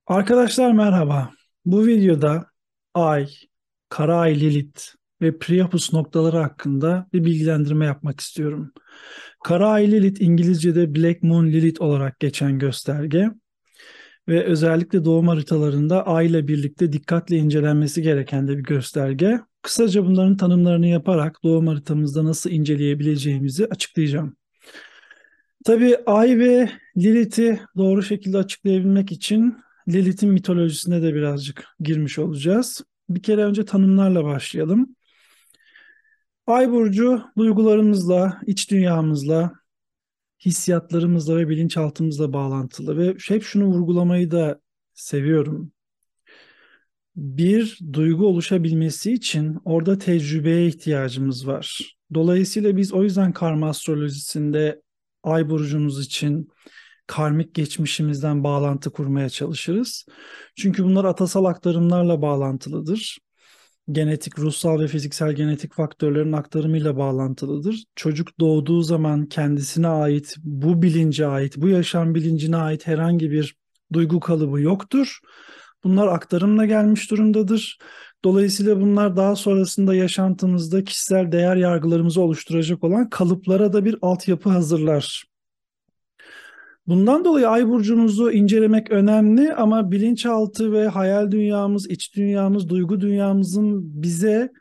Arkadaşlar merhaba. Bu videoda Ay, Kara Ay Lilith ve Priapus noktaları hakkında bir bilgilendirme yapmak istiyorum. Kara Ay Lilith İngilizce'de Black Moon Lilith olarak geçen gösterge ve özellikle doğum haritalarında Ay ile birlikte dikkatle incelenmesi gereken de bir gösterge. Kısaca bunların tanımlarını yaparak doğum haritamızda nasıl inceleyebileceğimizi açıklayacağım. Tabii Ay ve Lilith'i doğru şekilde açıklayabilmek için Lilith'in mitolojisine de birazcık girmiş olacağız. Bir kere önce tanımlarla başlayalım. Ay burcu duygularımızla, iç dünyamızla, hissiyatlarımızla ve bilinçaltımızla bağlantılı ve hep şunu vurgulamayı da seviyorum. Bir duygu oluşabilmesi için orada tecrübeye ihtiyacımız var. Dolayısıyla biz o yüzden karma astrolojisinde Ay burcumuz için karmik geçmişimizden bağlantı kurmaya çalışırız. Çünkü bunlar atasal aktarımlarla bağlantılıdır. Genetik, ruhsal ve fiziksel genetik faktörlerin aktarımıyla bağlantılıdır. Çocuk doğduğu zaman kendisine ait, bu bilince ait, bu yaşam bilincine ait herhangi bir duygu kalıbı yoktur. Bunlar aktarımla gelmiş durumdadır. Dolayısıyla bunlar daha sonrasında yaşantımızda kişisel değer yargılarımızı oluşturacak olan kalıplara da bir altyapı hazırlar. Bundan dolayı ay burcumuzu incelemek önemli ama bilinçaltı ve hayal dünyamız, iç dünyamız, duygu dünyamızın bize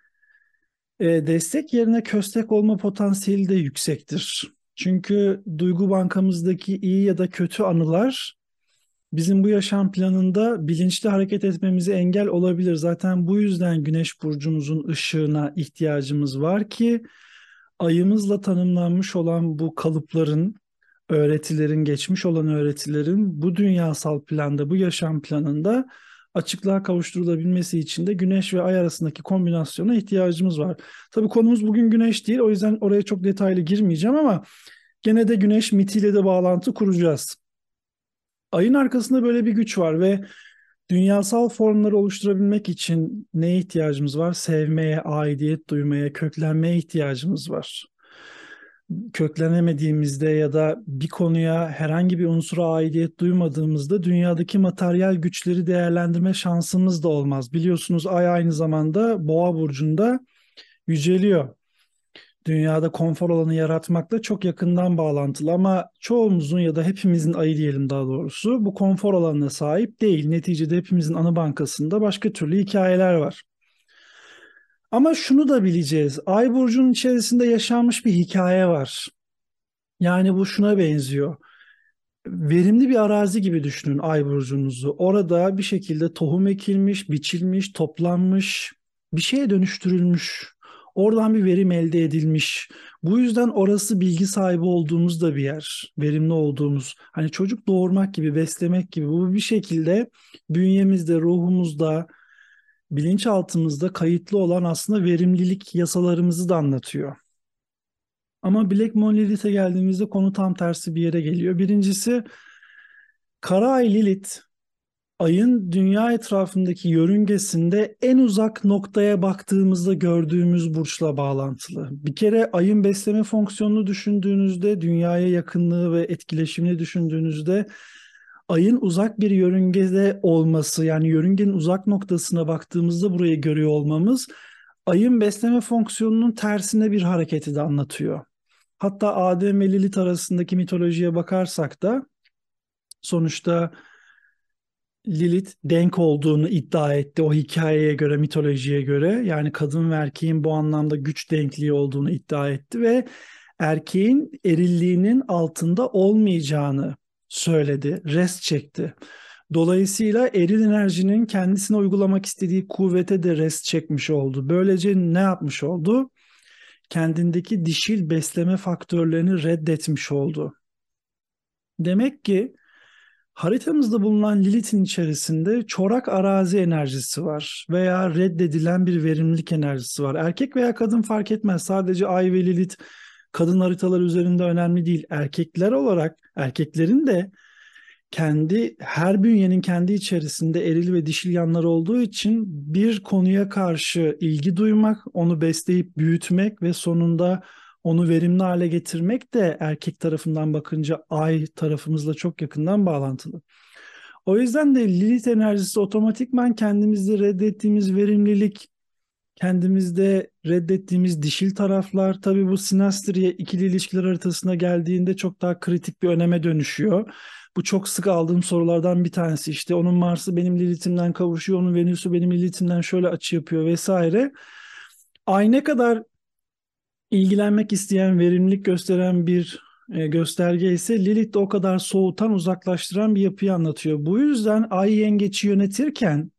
destek yerine köstek olma potansiyeli de yüksektir. Çünkü duygu bankamızdaki iyi ya da kötü anılar bizim bu yaşam planında bilinçli hareket etmemize engel olabilir. Zaten bu yüzden Güneş burcumuzun ışığına ihtiyacımız var ki ayımızla tanımlanmış olan bu kalıpların, öğretilerin, geçmiş olan öğretilerin bu dünyasal planda, bu yaşam planında açıklığa kavuşturulabilmesi için de Güneş ve Ay arasındaki kombinasyona ihtiyacımız var. Tabii konumuz bugün Güneş değil, o yüzden oraya çok detaylı girmeyeceğim ama gene de Güneş mitiyle de bağlantı kuracağız. Ayın arkasında böyle bir güç var ve dünyasal formları oluşturabilmek için neye ihtiyacımız var? Sevmeye, aidiyet duymaya, köklenmeye ihtiyacımız var. Köklenemediğimizde ya da bir konuya herhangi bir unsura aidiyet duymadığımızda dünyadaki materyal güçleri değerlendirme şansımız da olmaz. Biliyorsunuz Ay aynı zamanda Boğa burcunda yüceliyor. Dünyada konfor alanı yaratmakla çok yakından bağlantılı ama çoğumuzun ya da hepimizin ayı diyelim daha doğrusu bu konfor alanına sahip değil. Neticede hepimizin anı bankasında başka türlü hikayeler var. Ama şunu da bileceğiz. Ay burcunun içerisinde yaşanmış bir hikaye var. Yani bu şuna benziyor. Verimli bir arazi gibi düşünün Ay burcunuzu. Orada bir şekilde tohum ekilmiş, biçilmiş, toplanmış, bir şeye dönüştürülmüş. Oradan bir verim elde edilmiş. Bu yüzden orası bilgi sahibi olduğumuz da bir yer. Verimli olduğumuz. Hani çocuk doğurmak gibi, beslemek gibi. Bu bir şekilde bünyemizde, ruhumuzda, bilinçaltımızda kayıtlı olan aslında verimlilik yasalarımızı da anlatıyor. Ama Black Monolith'e geldiğimizde konu tam tersi bir yere geliyor. Birincisi Kara Ay Lilith, Ay'ın dünya etrafındaki yörüngesinde en uzak noktaya baktığımızda gördüğümüz burçla bağlantılı. Bir kere Ay'ın besleme fonksiyonunu düşündüğünüzde, dünyaya yakınlığı ve etkileşimini düşündüğünüzde Ay'ın uzak bir yörüngede olması, yani yörüngenin uzak noktasına baktığımızda burayı görüyor olmamız, Ay'ın besleme fonksiyonunun tersine bir hareketi de anlatıyor. Hatta Adem ve Lilith arasındaki mitolojiye bakarsak da sonuçta Lilith denk olduğunu iddia etti o hikayeye göre, mitolojiye göre. Yani kadın ve erkeğin bu anlamda güç denkliği olduğunu iddia etti ve erkeğin erilliğinin altında olmayacağını söyledi, rest çekti. Dolayısıyla eril enerjinin kendisine uygulamak istediği kuvvete de rest çekmiş oldu. Böylece ne yapmış oldu? Kendindeki dişil besleme faktörlerini reddetmiş oldu. Demek ki haritamızda bulunan Lilith'in içerisinde çorak arazi enerjisi var veya reddedilen bir verimlilik enerjisi var. Erkek veya kadın fark etmez. Sadece Ay ve Lilith kadın haritalar üzerinde önemli değil. Erkekler olarak erkeklerin de her bünyenin kendi içerisinde eril ve dişil yanları olduğu için bir konuya karşı ilgi duymak, onu besleyip büyütmek ve sonunda onu verimli hale getirmek de erkek tarafından bakınca ay tarafımızla çok yakından bağlantılı. O yüzden de Lilith enerjisi otomatikman kendimizde reddettiğimiz verimlilik, kendimizde reddettiğimiz dişil taraflar, tabii bu sinastri ikili ilişkiler haritasına geldiğinde çok daha kritik bir öneme dönüşüyor. Bu çok sık aldığım sorulardan bir tanesi, işte onun Mars'ı benim Lilith'imden kavuşuyor, onun Venüs'ü benim Lilith'imden şöyle açı yapıyor vesaire. Ay ne kadar ilgilenmek isteyen, verimlilik gösteren bir gösterge ise Lilith de o kadar soğutan, uzaklaştıran bir yapıyı anlatıyor. Bu yüzden Ay Yengeç'i yönetirken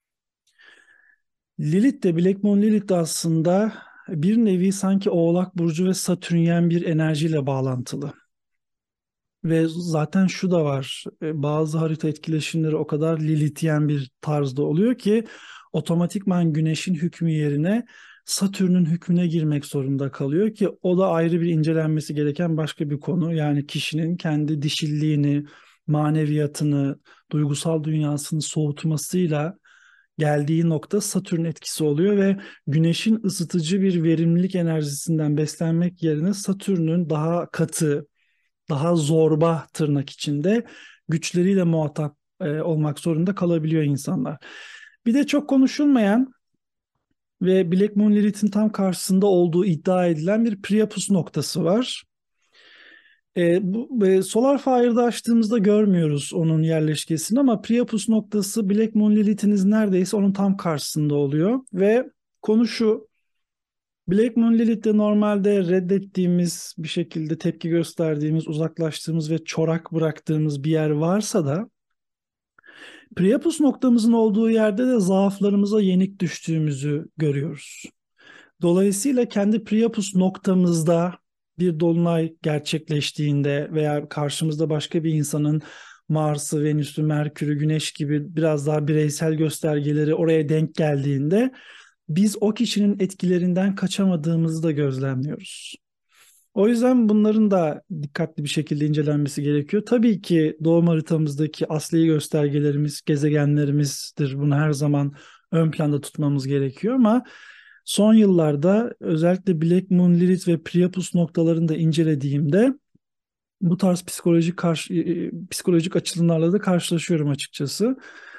Lilith de, Black Moon Lilith de aslında bir nevi sanki Oğlak Burcu ve Satürnyen bir enerjiyle bağlantılı. Ve zaten şu da var, bazı harita etkileşimleri o kadar Lilithyen bir tarzda oluyor ki otomatikman Güneş'in hükmü yerine Satürn'ün hükmüne girmek zorunda kalıyor ki o da ayrı bir incelenmesi gereken başka bir konu. Yani kişinin kendi dişilliğini, maneviyatını, duygusal dünyasını soğutmasıyla geldiği nokta Satürn etkisi oluyor ve Güneş'in ısıtıcı bir verimlilik enerjisinden beslenmek yerine Satürn'ün daha katı, daha zorba tırnak içinde güçleriyle muhatap olmak zorunda kalabiliyor insanlar. Bir de çok konuşulmayan ve Black Moon Lilith'in tam karşısında olduğu iddia edilen bir Priapus noktası var. Solar Fire'da açtığımızda görmüyoruz onun yerleşkesini ama Priapus noktası Black Moon Lilith'iniz neredeyse onun tam karşısında oluyor ve konu şu: Black Moon Lilith'te normalde reddettiğimiz, bir şekilde tepki gösterdiğimiz, uzaklaştığımız ve çorak bıraktığımız bir yer varsa da Priapus noktamızın olduğu yerde de zaaflarımıza yenik düştüğümüzü görüyoruz. Dolayısıyla kendi Priapus noktamızda bir dolunay gerçekleştiğinde veya karşımızda başka bir insanın Mars'ı, Venüs'ü, Merkür'ü, Güneş gibi biraz daha bireysel göstergeleri oraya denk geldiğinde biz o kişinin etkilerinden kaçamadığımızı da gözlemliyoruz. O yüzden bunların da dikkatli bir şekilde incelenmesi gerekiyor. Tabii ki doğum haritamızdaki asli göstergelerimiz, gezegenlerimizdir. Bunu her zaman ön planda tutmamız gerekiyor ama son yıllarda özellikle Black Moon, Lilith ve Priapus noktalarını da incelediğimde bu tarz psikolojik açılımlarla da karşılaşıyorum açıkçası.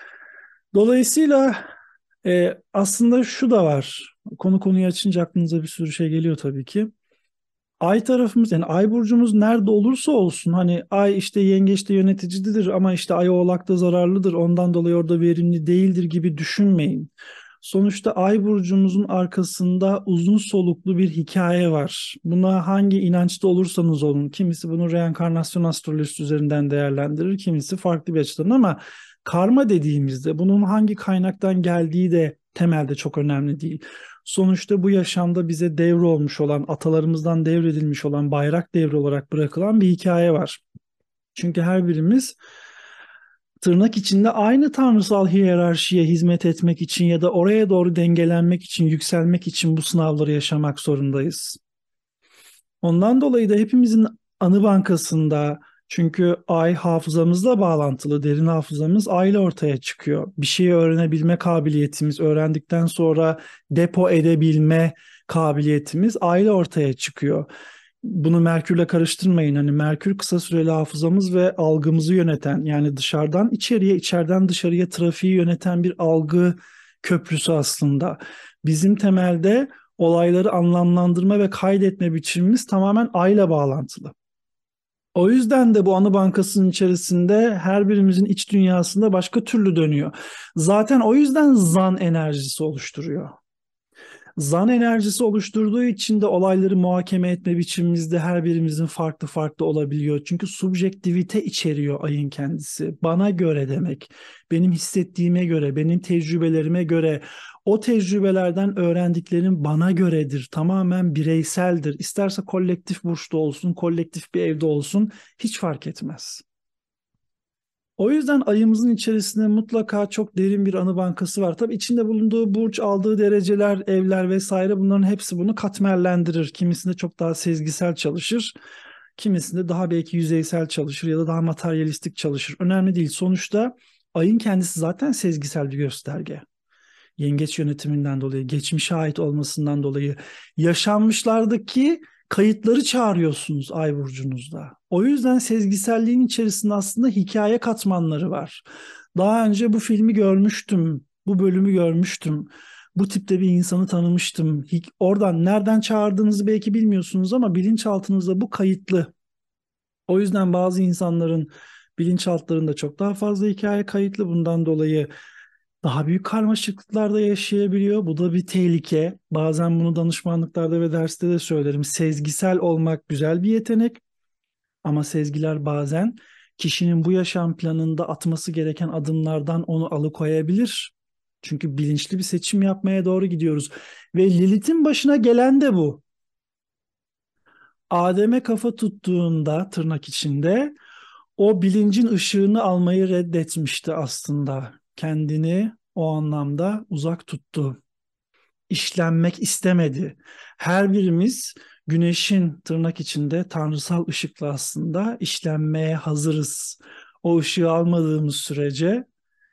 Dolayısıyla aslında şu da var. Konuyu açınca aklınıza bir sürü şey geliyor tabii ki. Ay tarafımız, yani ay burcumuz nerede olursa olsun, hani ay işte yengeçte yöneticidir ama işte ay oğlakta zararlıdır, ondan dolayı orada verimli değildir gibi düşünmeyin. Sonuçta ay burcumuzun arkasında uzun soluklu bir hikaye var. Buna hangi inançta olursanız olun, kimisi bunu reenkarnasyon astrolojisi üzerinden değerlendirir, kimisi farklı bir açıdan, ama karma dediğimizde bunun hangi kaynaktan geldiği de temelde çok önemli değil. Sonuçta bu yaşamda bize devrolmuş olan, atalarımızdan devredilmiş olan, bayrak devri olarak bırakılan bir hikaye var. Çünkü her birimiz tırnak içinde aynı tanrısal hiyerarşiye hizmet etmek için ya da oraya doğru dengelenmek için, yükselmek için bu sınavları yaşamak zorundayız. Ondan dolayı da hepimizin anı bankasında, çünkü ay hafızamızla bağlantılı, derin hafızamız ay ile ortaya çıkıyor. Bir şeyi öğrenebilme kabiliyetimiz, öğrendikten sonra depo edebilme kabiliyetimiz ay ile ortaya çıkıyor. Bunu Merkür'le karıştırmayın. Hani Merkür kısa süreli hafızamız ve algımızı yöneten, yani dışarıdan içeriye, içeriden dışarıya trafiği yöneten bir algı köprüsü aslında. Bizim temelde olayları anlamlandırma ve kaydetme biçimimiz tamamen ayla bağlantılı. O yüzden de bu anı bankasının içerisinde her birimizin iç dünyasında başka türlü dönüyor. Zaten o yüzden zan enerjisi oluşturuyor. Zan enerjisi oluşturduğu için de olayları muhakeme etme biçimimizde her birimizin farklı farklı olabiliyor. Çünkü subjektivite içeriyor ayın kendisi. Bana göre demek, benim hissettiğime göre, benim tecrübelerime göre, o tecrübelerden öğrendiklerim bana göredir. Tamamen bireyseldir. İsterse kolektif burçta olsun, kolektif bir evde olsun, hiç fark etmez. O yüzden ayımızın içerisinde mutlaka çok derin bir anı bankası var. Tabii içinde bulunduğu burç, aldığı dereceler, evler vesaire, bunların hepsi bunu katmerlendirir. Kimisinde çok daha sezgisel çalışır, kimisinde daha belki yüzeysel çalışır ya da daha materyalistik çalışır. Önemli değil. Sonuçta ayın kendisi zaten sezgisel bir gösterge. Yengeç yönetiminden dolayı, geçmişe ait olmasından dolayı, yaşanmışlardaki kayıtları çağırıyorsunuz ay burcunuzda. O yüzden sezgiselliğin içerisinde aslında hikaye katmanları var. Daha önce bu filmi görmüştüm, bu bölümü görmüştüm. Bu tipte bir insanı tanımıştım. Oradan nereden çağırdığınızı belki bilmiyorsunuz ama bilinçaltınızda bu kayıtlı. O yüzden bazı insanların bilinçaltlarında çok daha fazla hikaye kayıtlı. Bundan dolayı daha büyük karmaşıklıklarda yaşayabiliyor. Bu da bir tehlike. Bazen bunu danışmanlıklarda ve derste de söylerim. Sezgisel olmak güzel bir yetenek ama sezgiler bazen kişinin bu yaşam planında atması gereken adımlardan onu alıkoyabilir. Çünkü bilinçli bir seçim yapmaya doğru gidiyoruz. Ve Lilith'in başına gelen de bu. Adem'e kafa tuttuğunda tırnak içinde o bilincin ışığını almayı reddetmişti aslında. Kendini o anlamda uzak tuttu. İşlenmek istemedi. Her birimiz güneşin tırnak içinde tanrısal ışıkla aslında işlenmeye hazırız. O ışığı almadığımız sürece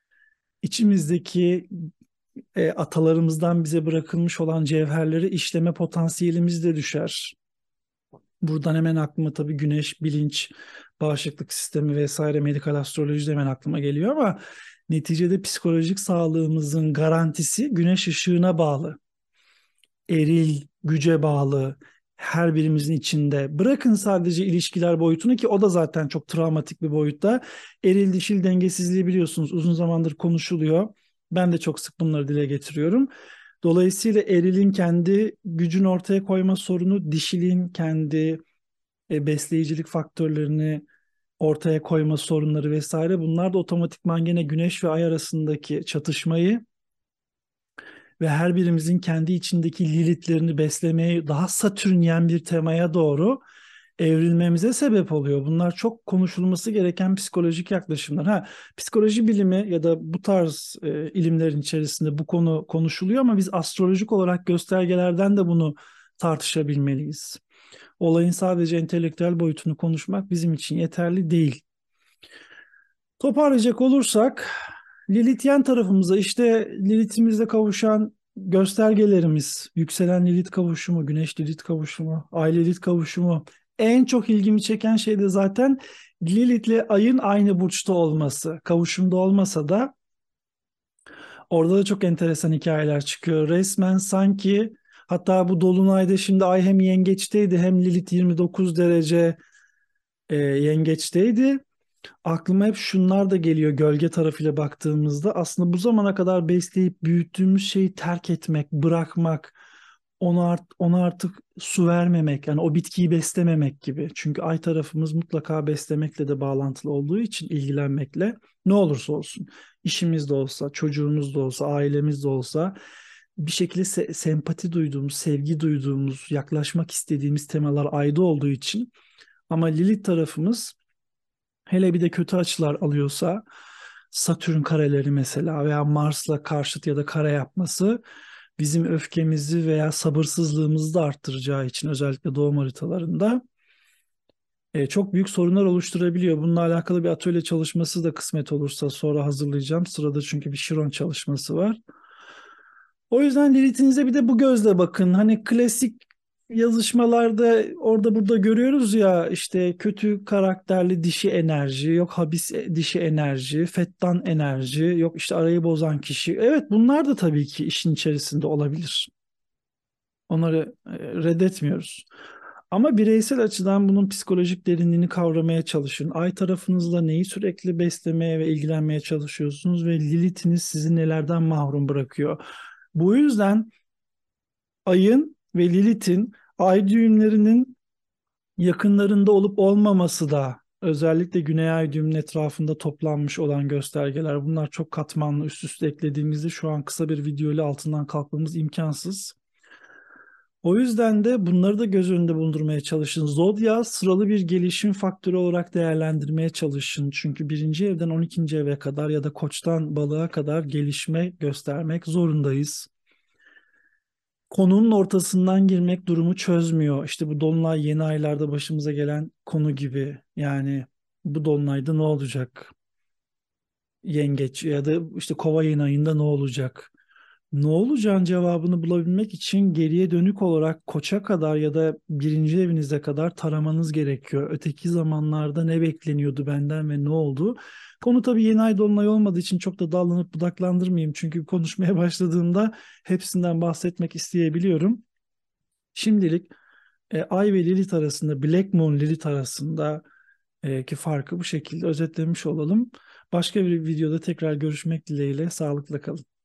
içimizdeki atalarımızdan bize bırakılmış olan cevherleri işleme potansiyelimiz de düşer. Buradan hemen aklıma tabii güneş, bilinç, bağışıklık sistemi vesaire medikal astroloji de hemen aklıma geliyor ama neticede psikolojik sağlığımızın garantisi güneş ışığına bağlı. Eril güce bağlı her birimizin içinde. Bırakın sadece ilişkiler boyutunu ki o da zaten çok travmatik bir boyutta. Eril dişil dengesizliği biliyorsunuz uzun zamandır konuşuluyor. Ben de çok sık bunları dile getiriyorum. Dolayısıyla erilin kendi gücünü ortaya koyma sorunu, dişilin kendi besleyicilik faktörlerini ortaya koyma sorunları vesaire bunlar da otomatikman gene güneş ve ay arasındaki çatışmayı ve her birimizin kendi içindeki Lilith'lerini beslemeye daha Satürnyen bir temaya doğru evrilmemize sebep oluyor. Bunlar çok konuşulması gereken psikolojik yaklaşımlar. Psikoloji bilimi ya da bu tarz ilimlerin içerisinde bu konu konuşuluyor ama biz astrolojik olarak göstergelerden de bunu tartışabilmeliyiz. Olayın sadece entelektüel boyutunu konuşmak bizim için yeterli değil. Toparlayacak olursak Lilithyen tarafımıza işte Lilith'imizle kavuşan göstergelerimiz, yükselen Lilith kavuşumu, Güneş Lilith kavuşumu, Ay Lilith kavuşumu. En çok ilgimi çeken şey de zaten Lilith'le Ay'ın aynı burçta olması. Kavuşumda olmasa da orada da çok enteresan hikayeler çıkıyor. Resmen sanki hatta bu Dolunay'da şimdi Ay hem yengeçteydi hem Lilith 29 derece yengeçteydi. Aklıma hep şunlar da geliyor gölge tarafıyla baktığımızda. Aslında bu zamana kadar besleyip büyüttüğümüz şeyi terk etmek, bırakmak, ona artık su vermemek, yani o bitkiyi beslememek gibi. Çünkü ay tarafımız mutlaka beslemekle de bağlantılı olduğu için ilgilenmekle ne olursa olsun, işimiz de olsa, çocuğumuz da olsa, ailemiz de olsa bir şekilde sempati duyduğumuz, sevgi duyduğumuz, yaklaşmak istediğimiz temalar ayda olduğu için ama Lilith tarafımız hele bir de kötü açılar alıyorsa Satürn kareleri mesela veya Mars'la karşıt ya da kare yapması bizim öfkemizi veya sabırsızlığımızı da arttıracağı için özellikle doğum haritalarında çok büyük sorunlar oluşturabiliyor. Bununla alakalı bir atölye çalışması da kısmet olursa sonra hazırlayacağım. Sırada çünkü bir Şiron çalışması var. O yüzden Lilith'inize bir de bu gözle bakın. Hani klasik yazışmalarda orada burada görüyoruz ya işte kötü karakterli dişi enerji, yok habis dişi enerji, fettan enerji, yok işte arayı bozan kişi. Evet bunlar da tabii ki işin içerisinde olabilir. Onları reddetmiyoruz. Ama bireysel açıdan bunun psikolojik derinliğini kavramaya çalışın. Ay tarafınızla neyi sürekli beslemeye ve ilgilenmeye çalışıyorsunuz ve Lilith'iniz sizi nelerden mahrum bırakıyor. Bu yüzden Ay'ın ve Lilith'in ay düğümlerinin yakınlarında olup olmaması da özellikle Güney Ay düğümünün etrafında toplanmış olan göstergeler. Bunlar çok katmanlı üst üste eklediğimizde şu an kısa bir video ile altından kalkmamız imkansız. O yüzden de bunları da göz önünde bulundurmaya çalışın. Zodya sıralı bir gelişim faktörü olarak değerlendirmeye çalışın. Çünkü birinci evden 12. eve kadar ya da koçtan balığa kadar gelişme göstermek zorundayız. Konunun ortasından girmek durumu çözmüyor. İşte bu dolunay yeni aylarda başımıza gelen konu gibi. Yani bu dolunayda ne olacak? Yengeç ya da işte kova yeni ayında ne olacak? Ne olacağın cevabını bulabilmek için geriye dönük olarak Koç'a kadar ya da birinci evinize kadar taramanız gerekiyor. Öteki zamanlarda ne bekleniyordu benden ve ne oldu? Konu tabii yeni ay dolunay olmadığı için çok da dallanıp budaklandırmayayım. Çünkü konuşmaya başladığımda hepsinden bahsetmek isteyebiliyorum. Şimdilik Ay ve Lilith arasında, Black Moon Lilith arasında ki farkı bu şekilde özetlemiş olalım. Başka bir videoda tekrar görüşmek dileğiyle. Sağlıkla kalın.